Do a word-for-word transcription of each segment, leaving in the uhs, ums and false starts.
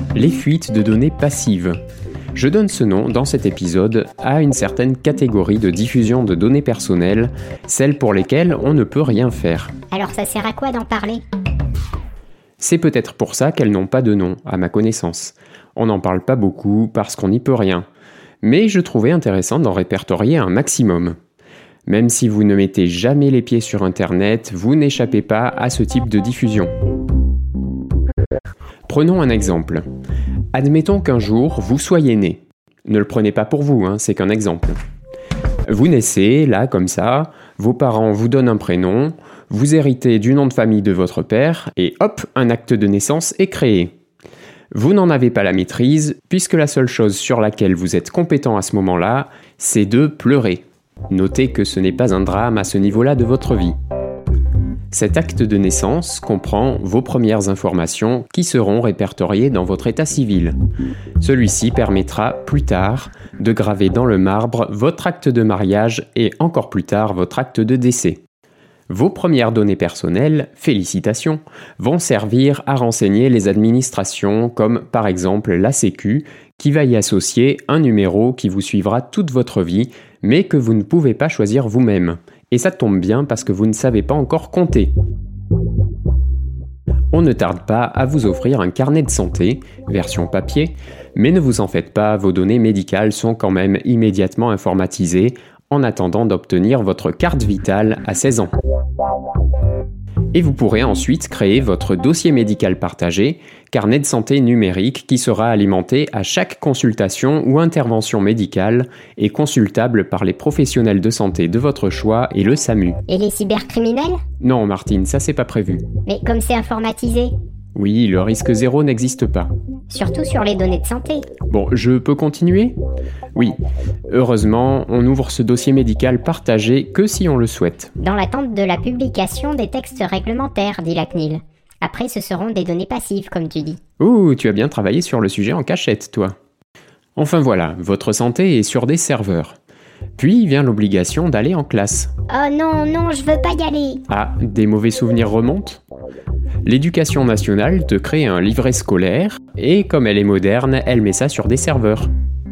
les fuites de données passives. Je donne ce nom dans cet épisode à une certaine catégorie de diffusion de données personnelles, celles pour lesquelles on ne peut rien faire. Alors ça sert à quoi d'en parler ? C'est peut-être pour ça qu'elles n'ont pas de nom, à ma connaissance. On n'en parle pas beaucoup parce qu'on n'y peut rien. Mais je trouvais intéressant d'en répertorier un maximum. Même si vous ne mettez jamais les pieds sur Internet, vous n'échappez pas à ce type de diffusion. Prenons un exemple. Admettons qu'un jour, vous soyez né. Ne le prenez pas pour vous, hein, c'est qu'un exemple. Vous naissez, là, comme ça, vos parents vous donnent un prénom, vous héritez du nom de famille de votre père, et hop, un acte de naissance est créé. Vous n'en avez pas la maîtrise, puisque la seule chose sur laquelle vous êtes compétent à ce moment-là, c'est de pleurer. Notez que ce n'est pas un drame à ce niveau-là de votre vie. Cet acte de naissance comprend vos premières informations qui seront répertoriées dans votre état civil. Celui-ci permettra plus tard de graver dans le marbre votre acte de mariage et encore plus tard votre acte de décès. Vos premières données personnelles, félicitations, vont servir à renseigner les administrations comme par exemple la Sécu qui va y associer un numéro qui vous suivra toute votre vie mais que vous ne pouvez pas choisir vous-même. Et ça tombe bien parce que vous ne savez pas encore compter. On ne tarde pas à vous offrir un carnet de santé, version papier, mais ne vous en faites pas, vos données médicales sont quand même immédiatement informatisées en attendant d'obtenir votre carte vitale à seize ans. Et vous pourrez ensuite créer votre dossier médical partagé, carnet de santé numérique qui sera alimenté à chaque consultation ou intervention médicale et consultable par les professionnels de santé de votre choix et le SAMU. Et les cybercriminels ? Non Martine, ça c'est pas prévu. Mais comme c'est informatisé ? Oui, le risque zéro n'existe pas. Surtout sur les données de santé. Bon, je peux continuer ? Oui. Heureusement, on ouvre ce dossier médical partagé que si on le souhaite. Dans l'attente de la publication des textes réglementaires, dit la C N I L. Après, ce seront des données passives, comme tu dis. Ouh, tu as bien travaillé sur le sujet en cachette, toi. Enfin voilà, votre santé est sur des serveurs. Puis vient l'obligation d'aller en classe. Oh non, non, je veux pas y aller. Ah, des mauvais souvenirs remontent ? L'éducation nationale te crée un livret scolaire et comme elle est moderne, elle met ça sur des serveurs.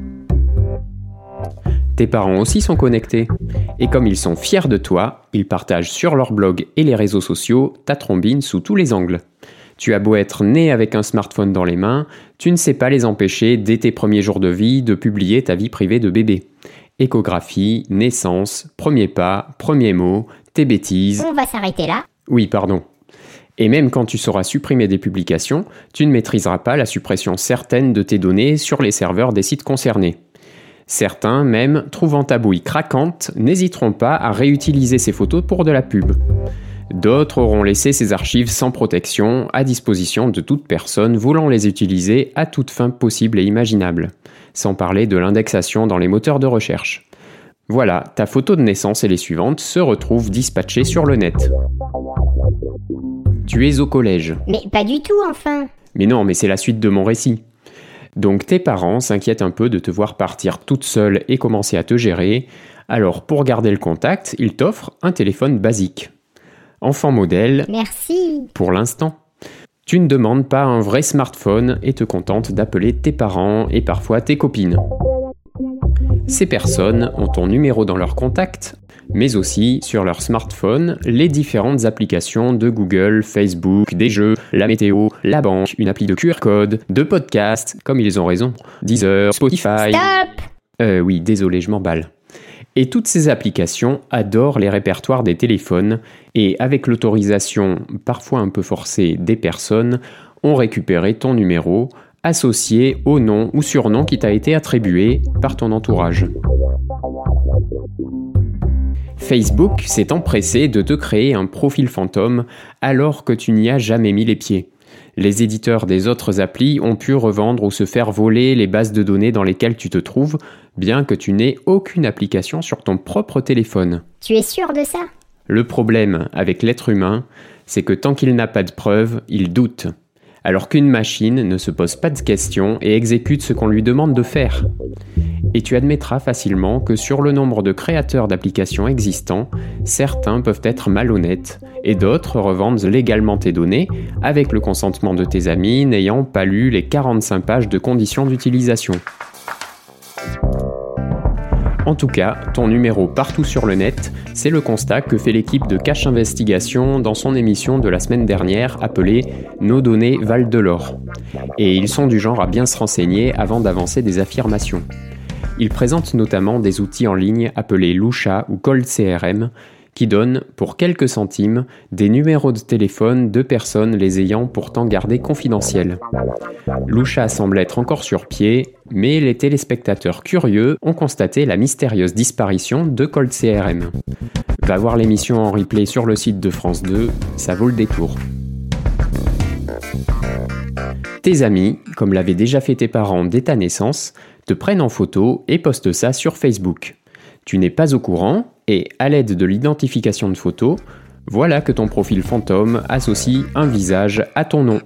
Tes parents aussi sont connectés. Et comme ils sont fiers de toi, ils partagent sur leur blog et les réseaux sociaux ta trombine sous tous les angles. Tu as beau être né avec un smartphone dans les mains, tu ne sais pas les empêcher dès tes premiers jours de vie de publier ta vie privée de bébé. Échographie, naissance, premiers pas, premiers mots, tes bêtises... On va s'arrêter là ? Oui, pardon. Et même quand tu sauras supprimer des publications, tu ne maîtriseras pas la suppression certaine de tes données sur les serveurs des sites concernés. Certains, même, trouvant ta bouille craquante, n'hésiteront pas à réutiliser ces photos pour de la pub. D'autres auront laissé ces archives sans protection, à disposition de toute personne voulant les utiliser à toute fin possible et imaginable, sans parler de l'indexation dans les moteurs de recherche. Voilà, ta photo de naissance et les suivantes se retrouvent dispatchées sur le net. Tu es au collège. Mais pas du tout, enfin. Mais non, mais c'est la suite de mon récit. Donc tes parents s'inquiètent un peu de te voir partir toute seule et commencer à te gérer. Alors pour garder le contact, ils t'offrent un téléphone basique. Enfant modèle. Merci. Pour l'instant. Tu ne demandes pas un vrai smartphone et te contentes d'appeler tes parents et parfois tes copines. Ces personnes ont ton numéro dans leurs contacts, mais aussi sur leur smartphone, les différentes applications de Google, Facebook, des jeux, la météo, la banque, une appli de Q R code, de podcasts, comme ils ont raison, Deezer, Spotify... Stop ! Euh, oui, désolé, je m'emballe. Et toutes ces applications adorent les répertoires des téléphones et avec l'autorisation parfois un peu forcée des personnes, ont récupéré ton numéro associé au nom ou surnom qui t'a été attribué par ton entourage. Facebook s'est empressé de te créer un profil fantôme alors que tu n'y as jamais mis les pieds. Les éditeurs des autres applis ont pu revendre ou se faire voler les bases de données dans lesquelles tu te trouves, bien que tu n'aies aucune application sur ton propre téléphone. Tu es sûr de ça ? Le problème avec l'être humain, c'est que tant qu'il n'a pas de preuves, il doute. alors qu'une machine ne se pose pas de questions et exécute ce qu'on lui demande de faire. Et tu admettras facilement que sur le nombre de créateurs d'applications existants, certains peuvent être malhonnêtes et d'autres revendent légalement tes données avec le consentement de tes amis n'ayant pas lu les quarante-cinq pages de conditions d'utilisation. En tout cas, ton numéro partout sur le net, c'est le constat que fait l'équipe de Cache Investigation dans son émission de la semaine dernière appelée « Nos données valent de l'or ». Et ils sont du genre à bien se renseigner avant d'avancer des affirmations. Ils présentent notamment des outils en ligne appelés Lusha ou Cold C R M qui donnent, pour quelques centimes, des numéros de téléphone de personnes les ayant pourtant gardés confidentiels. Lusha semble être encore sur pied, mais les téléspectateurs curieux ont constaté la mystérieuse disparition de Cold C R M. Va voir l'émission en replay sur le site de France deux, ça vaut le détour. Tes amis, comme l'avaient déjà fait tes parents dès ta naissance, te prennent en photo et postent ça sur Facebook. Tu n'es pas au courant et, à l'aide de l'identification de photos, voilà que ton profil fantôme associe un visage à ton nom.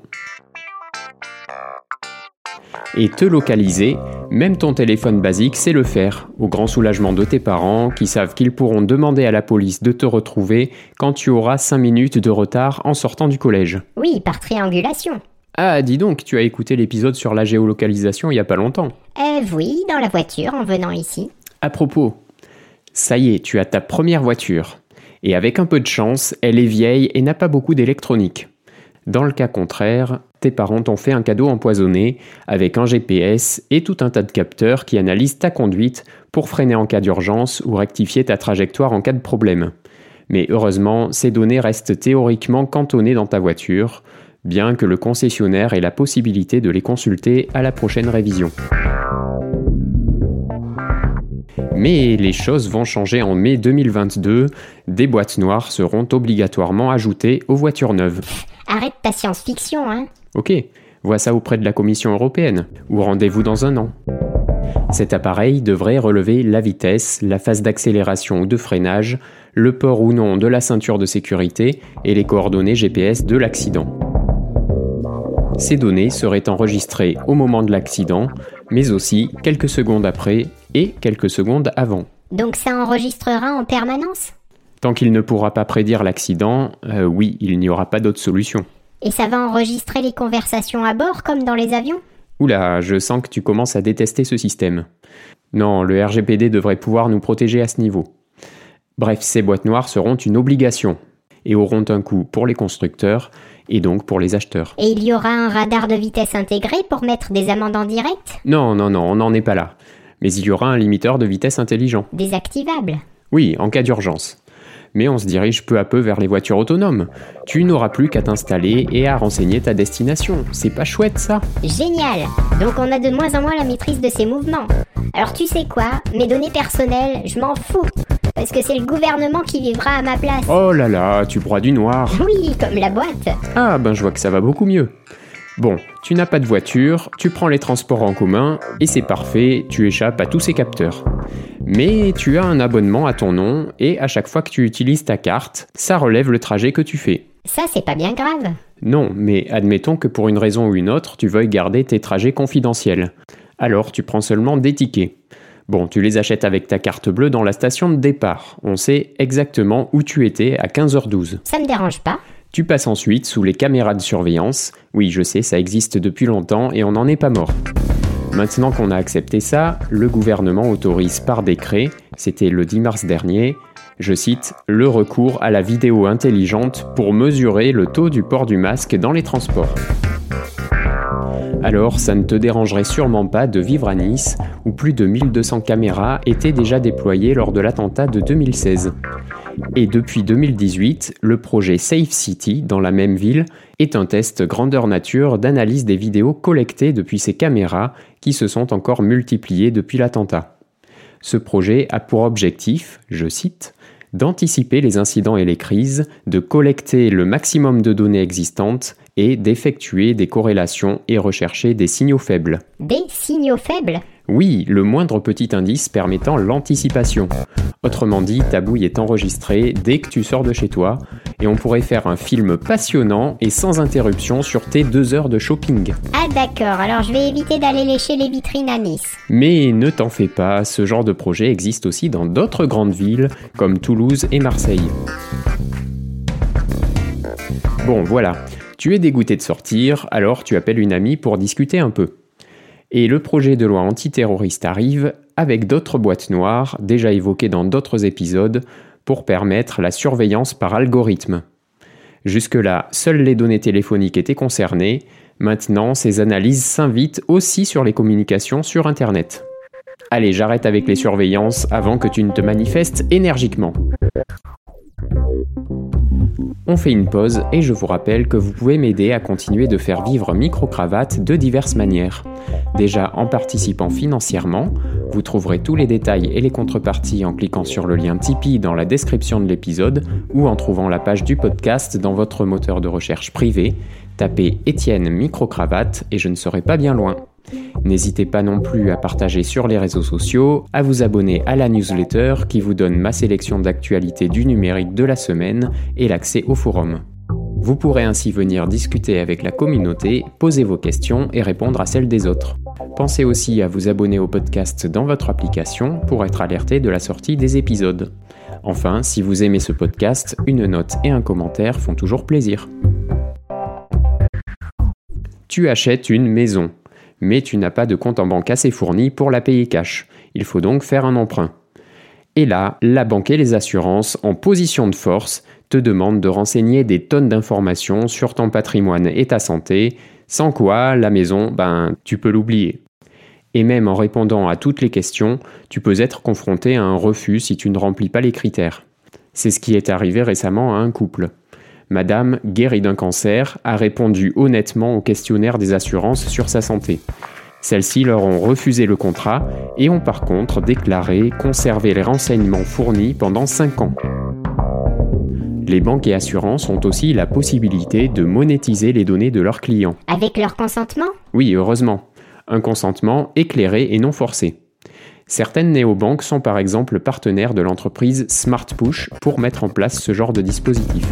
Et te localiser, même ton téléphone basique sait le faire, au grand soulagement de tes parents qui savent qu'ils pourront demander à la police de te retrouver quand tu auras cinq minutes de retard en sortant du collège. Oui, par triangulation. Ah, dis donc, tu as écouté l'épisode sur la géolocalisation il y a pas longtemps. Euh, oui, dans la voiture en venant ici. À propos, ça y est, tu as ta première voiture. Et avec un peu de chance, elle est vieille et n'a pas beaucoup d'électronique. Dans le cas contraire, tes parents t'ont fait un cadeau empoisonné avec un G P S et tout un tas de capteurs qui analysent ta conduite pour freiner en cas d'urgence ou rectifier ta trajectoire en cas de problème. Mais heureusement, ces données restent théoriquement cantonnées dans ta voiture, bien que le concessionnaire ait la possibilité de les consulter à la prochaine révision. Mais les choses vont changer en mai deux mille vingt-deux, des boîtes noires seront obligatoirement ajoutées aux voitures neuves. Arrête ta science-fiction, hein. Ok, vois ça auprès de la Commission européenne, ou rendez-vous dans un an. Cet appareil devrait relever la vitesse, la phase d'accélération ou de freinage, le port ou non de la ceinture de sécurité et les coordonnées G P S de l'accident. Ces données seraient enregistrées au moment de l'accident, mais aussi quelques secondes après et quelques secondes avant. Donc ça enregistrera en permanence ? Tant qu'il ne pourra pas prédire l'accident, euh, oui, il n'y aura pas d'autre solution. Et ça va enregistrer les conversations à bord comme dans les avions ? Oula, je sens que tu commences à détester ce système. Non, le R G P D devrait pouvoir nous protéger à ce niveau. Bref, ces boîtes noires seront une obligation et auront un coût pour les constructeurs et donc pour les acheteurs. Et il y aura un radar de vitesse intégré pour mettre des amendes en direct ? Non, non, non, on n'en est pas là. Mais il y aura un limiteur de vitesse intelligent. Désactivable ? Oui, en cas d'urgence. Mais on se dirige peu à peu vers les voitures autonomes. Tu n'auras plus qu'à t'installer et à renseigner ta destination. C'est pas chouette, ça ? Génial ! Donc on a de moins en moins la maîtrise de ses mouvements. Alors tu sais quoi ? Mes données personnelles, je m'en fous. Parce que c'est le gouvernement qui vivra à ma place. Oh là là, tu broies du noir. Oui, comme la boîte. Ah ben je vois que ça va beaucoup mieux. Bon, tu n'as pas de voiture, tu prends les transports en commun, et c'est parfait, tu échappes à tous ces capteurs. Mais tu as un abonnement à ton nom, et à chaque fois que tu utilises ta carte, ça relève le trajet que tu fais. Ça, c'est pas bien grave. Non, mais admettons que pour une raison ou une autre, tu veuilles garder tes trajets confidentiels. Alors tu prends seulement des tickets. Bon, tu les achètes avec ta carte bleue dans la station de départ. On sait exactement où tu étais à quinze heures douze. Ça me dérange pas. Tu passes ensuite sous les caméras de surveillance. Oui, je sais, ça existe depuis longtemps et on n'en est pas mort. Maintenant qu'on a accepté ça, le gouvernement autorise par décret, c'était le dix mars dernier, je cite, « le recours à la vidéo intelligente pour mesurer le taux du port du masque dans les transports ». Alors, ça ne te dérangerait sûrement pas de vivre à Nice, où plus de mille deux cents caméras étaient déjà déployées lors de l'attentat de deux mille seize. Et depuis deux mille dix-huit, le projet Safe City, dans la même ville, est un test grandeur nature d'analyse des vidéos collectées depuis ces caméras qui se sont encore multipliées depuis l'attentat. Ce projet a pour objectif, je cite, « d'anticiper les incidents et les crises, de collecter le maximum de données existantes et d'effectuer des corrélations et rechercher des signaux faibles. » Des signaux faibles ? Oui, le moindre petit indice permettant l'anticipation. Autrement dit, ta bouille est enregistrée dès que tu sors de chez toi, et on pourrait faire un film passionnant et sans interruption sur tes deux heures de shopping. Ah d'accord, alors je vais éviter d'aller lécher les vitrines à Nice. Mais ne t'en fais pas, ce genre de projet existe aussi dans d'autres grandes villes, comme Toulouse et Marseille. Bon, voilà, tu es dégoûté de sortir, alors tu appelles une amie pour discuter un peu. Et le projet de loi antiterroriste arrive avec d'autres boîtes noires, déjà évoquées dans d'autres épisodes, pour permettre la surveillance par algorithme. Jusque-là, seules les données téléphoniques étaient concernées. Maintenant, ces analyses s'invitent aussi sur les communications sur Internet. Allez, j'arrête avec les surveillances avant que tu ne te manifestes énergiquement. On fait une pause et je vous rappelle que vous pouvez m'aider à continuer de faire vivre Microcravate de diverses manières. Déjà en participant financièrement, vous trouverez tous les détails et les contreparties en cliquant sur le lien Tipeee dans la description de l'épisode ou en trouvant la page du podcast dans votre moteur de recherche privé. Tapez Étienne Microcravate et je ne serai pas bien loin. N'hésitez pas non plus à partager sur les réseaux sociaux, à vous abonner à la newsletter qui vous donne ma sélection d'actualités du numérique de la semaine et l'accès au forum. Vous pourrez ainsi venir discuter avec la communauté, poser vos questions et répondre à celles des autres. Pensez aussi à vous abonner au podcast dans votre application pour être alerté de la sortie des épisodes. Enfin, si vous aimez ce podcast, une note et un commentaire font toujours plaisir. Tu achètes une maison. Mais tu n'as pas de compte en banque assez fourni pour la payer cash. Il faut donc faire un emprunt. Et là, la banque et les assurances, en position de force, te demandent de renseigner des tonnes d'informations sur ton patrimoine et ta santé, sans quoi, la maison, ben, tu peux l'oublier. Et même en répondant à toutes les questions, tu peux être confronté à un refus si tu ne remplis pas les critères. C'est ce qui est arrivé récemment à un couple. Madame, guérie d'un cancer, a répondu honnêtement au questionnaire des assurances sur sa santé. Celles-ci leur ont refusé le contrat et ont par contre déclaré conserver les renseignements fournis pendant cinq ans. Les banques et assurances ont aussi la possibilité de monétiser les données de leurs clients. Avec leur consentement ? Oui, heureusement. Un consentement éclairé et non forcé. Certaines néobanques sont par exemple partenaires de l'entreprise SmartPush pour mettre en place ce genre de dispositif.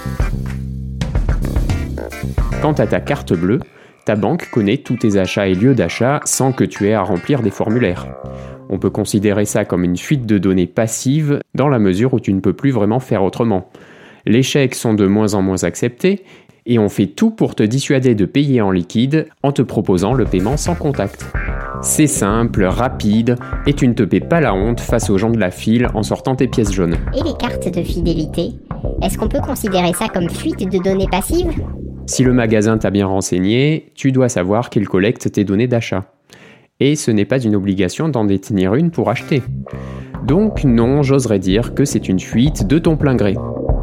Quant à ta carte bleue, ta banque connaît tous tes achats et lieux d'achat sans que tu aies à remplir des formulaires. On peut considérer ça comme une fuite de données passive dans la mesure où tu ne peux plus vraiment faire autrement. Les chèques sont de moins en moins acceptés et on fait tout pour te dissuader de payer en liquide en te proposant le paiement sans contact. C'est simple, rapide et tu ne te paies pas la honte face aux gens de la file en sortant tes pièces jaunes. Et les cartes de fidélité ? Est-ce qu'on peut considérer ça comme fuite de données passives ? Si le magasin t'a bien renseigné, tu dois savoir qu'il collecte tes données d'achat. Et ce n'est pas une obligation d'en détenir une pour acheter. Donc non, j'oserais dire que c'est une fuite de ton plein gré.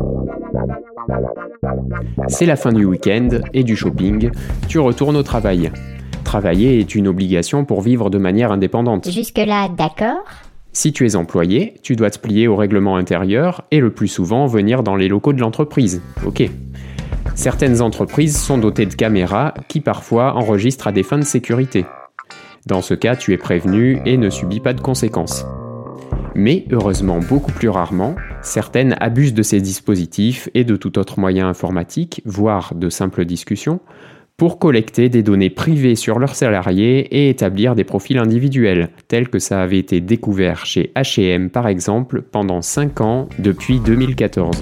C'est la fin du week-end et du shopping, tu retournes au travail. Travailler est une obligation pour vivre de manière indépendante. Jusque-là, d'accord ? Si tu es employé, tu dois te plier au règlement intérieur et le plus souvent venir dans les locaux de l'entreprise. Ok. Certaines entreprises sont dotées de caméras qui parfois enregistrent à des fins de sécurité. Dans ce cas, tu es prévenu et ne subis pas de conséquences. Mais heureusement, beaucoup plus rarement, certaines abusent de ces dispositifs et de tout autre moyen informatique, voire de simples discussions, pour collecter des données privées sur leurs salariés et établir des profils individuels, tels que ça avait été découvert chez H et M par exemple pendant cinq ans depuis deux mille quatorze.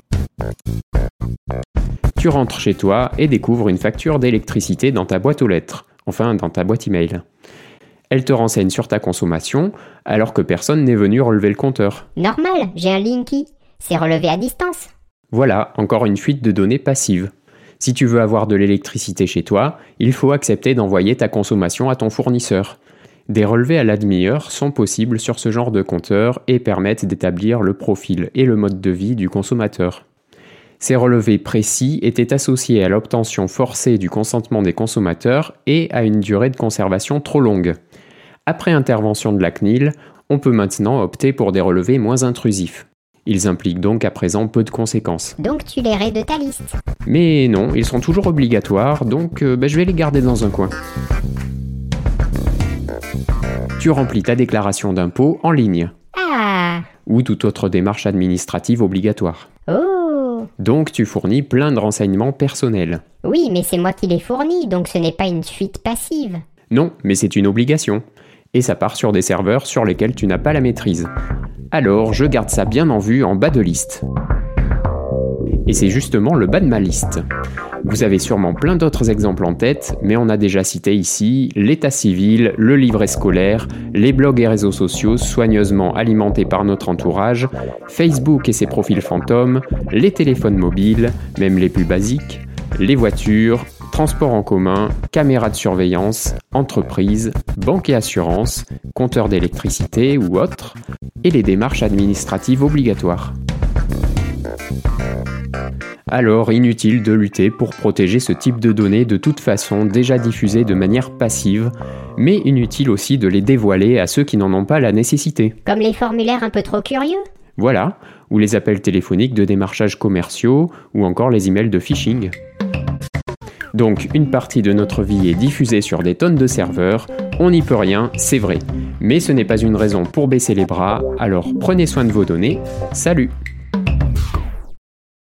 Tu rentres chez toi et découvres une facture d'électricité dans ta boîte aux lettres, enfin dans ta boîte email. Elle te renseigne sur ta consommation alors que personne n'est venu relever le compteur. Normal, j'ai un Linky. C'est relevé à distance. Voilà, encore une fuite de données passive. Si tu veux avoir de l'électricité chez toi, il faut accepter d'envoyer ta consommation à ton fournisseur. Des relevés à la demi-heure sont possibles sur ce genre de compteur et permettent d'établir le profil et le mode de vie du consommateur. Ces relevés précis étaient associés à l'obtention forcée du consentement des consommateurs et à une durée de conservation trop longue. Après intervention de la C N I L, on peut maintenant opter pour des relevés moins intrusifs. Ils impliquent donc à présent peu de conséquences. Donc tu les raies de ta liste. Mais non, ils sont toujours obligatoires, donc euh, bah, je vais les garder dans un coin. Tu remplis ta déclaration d'impôt en ligne. Ah. Ou toute autre démarche administrative obligatoire. Oh. Donc tu fournis plein de renseignements personnels. Oui, mais c'est moi qui les fournis, donc ce n'est pas une suite passive. Non, mais c'est une obligation. Et ça part sur des serveurs sur lesquels tu n'as pas la maîtrise. Alors je garde ça bien en vue en bas de liste. Et c'est justement le bas de ma liste. Vous avez sûrement plein d'autres exemples en tête, mais on a déjà cité ici l'état civil, le livret scolaire, les blogs et réseaux sociaux soigneusement alimentés par notre entourage, Facebook et ses profils fantômes, les téléphones mobiles, même les plus basiques, les voitures, transports en commun, caméras de surveillance, entreprises, banques et assurances, compteurs d'électricité ou autres, et les démarches administratives obligatoires. Alors, inutile de lutter pour protéger ce type de données de toute façon déjà diffusées de manière passive, mais inutile aussi de les dévoiler à ceux qui n'en ont pas la nécessité. Comme les formulaires un peu trop curieux. Voilà, ou les appels téléphoniques de démarchage commerciaux, ou encore les emails de phishing. Donc, une partie de notre vie est diffusée sur des tonnes de serveurs, on n'y peut rien, c'est vrai. Mais ce n'est pas une raison pour baisser les bras, alors prenez soin de vos données, salut!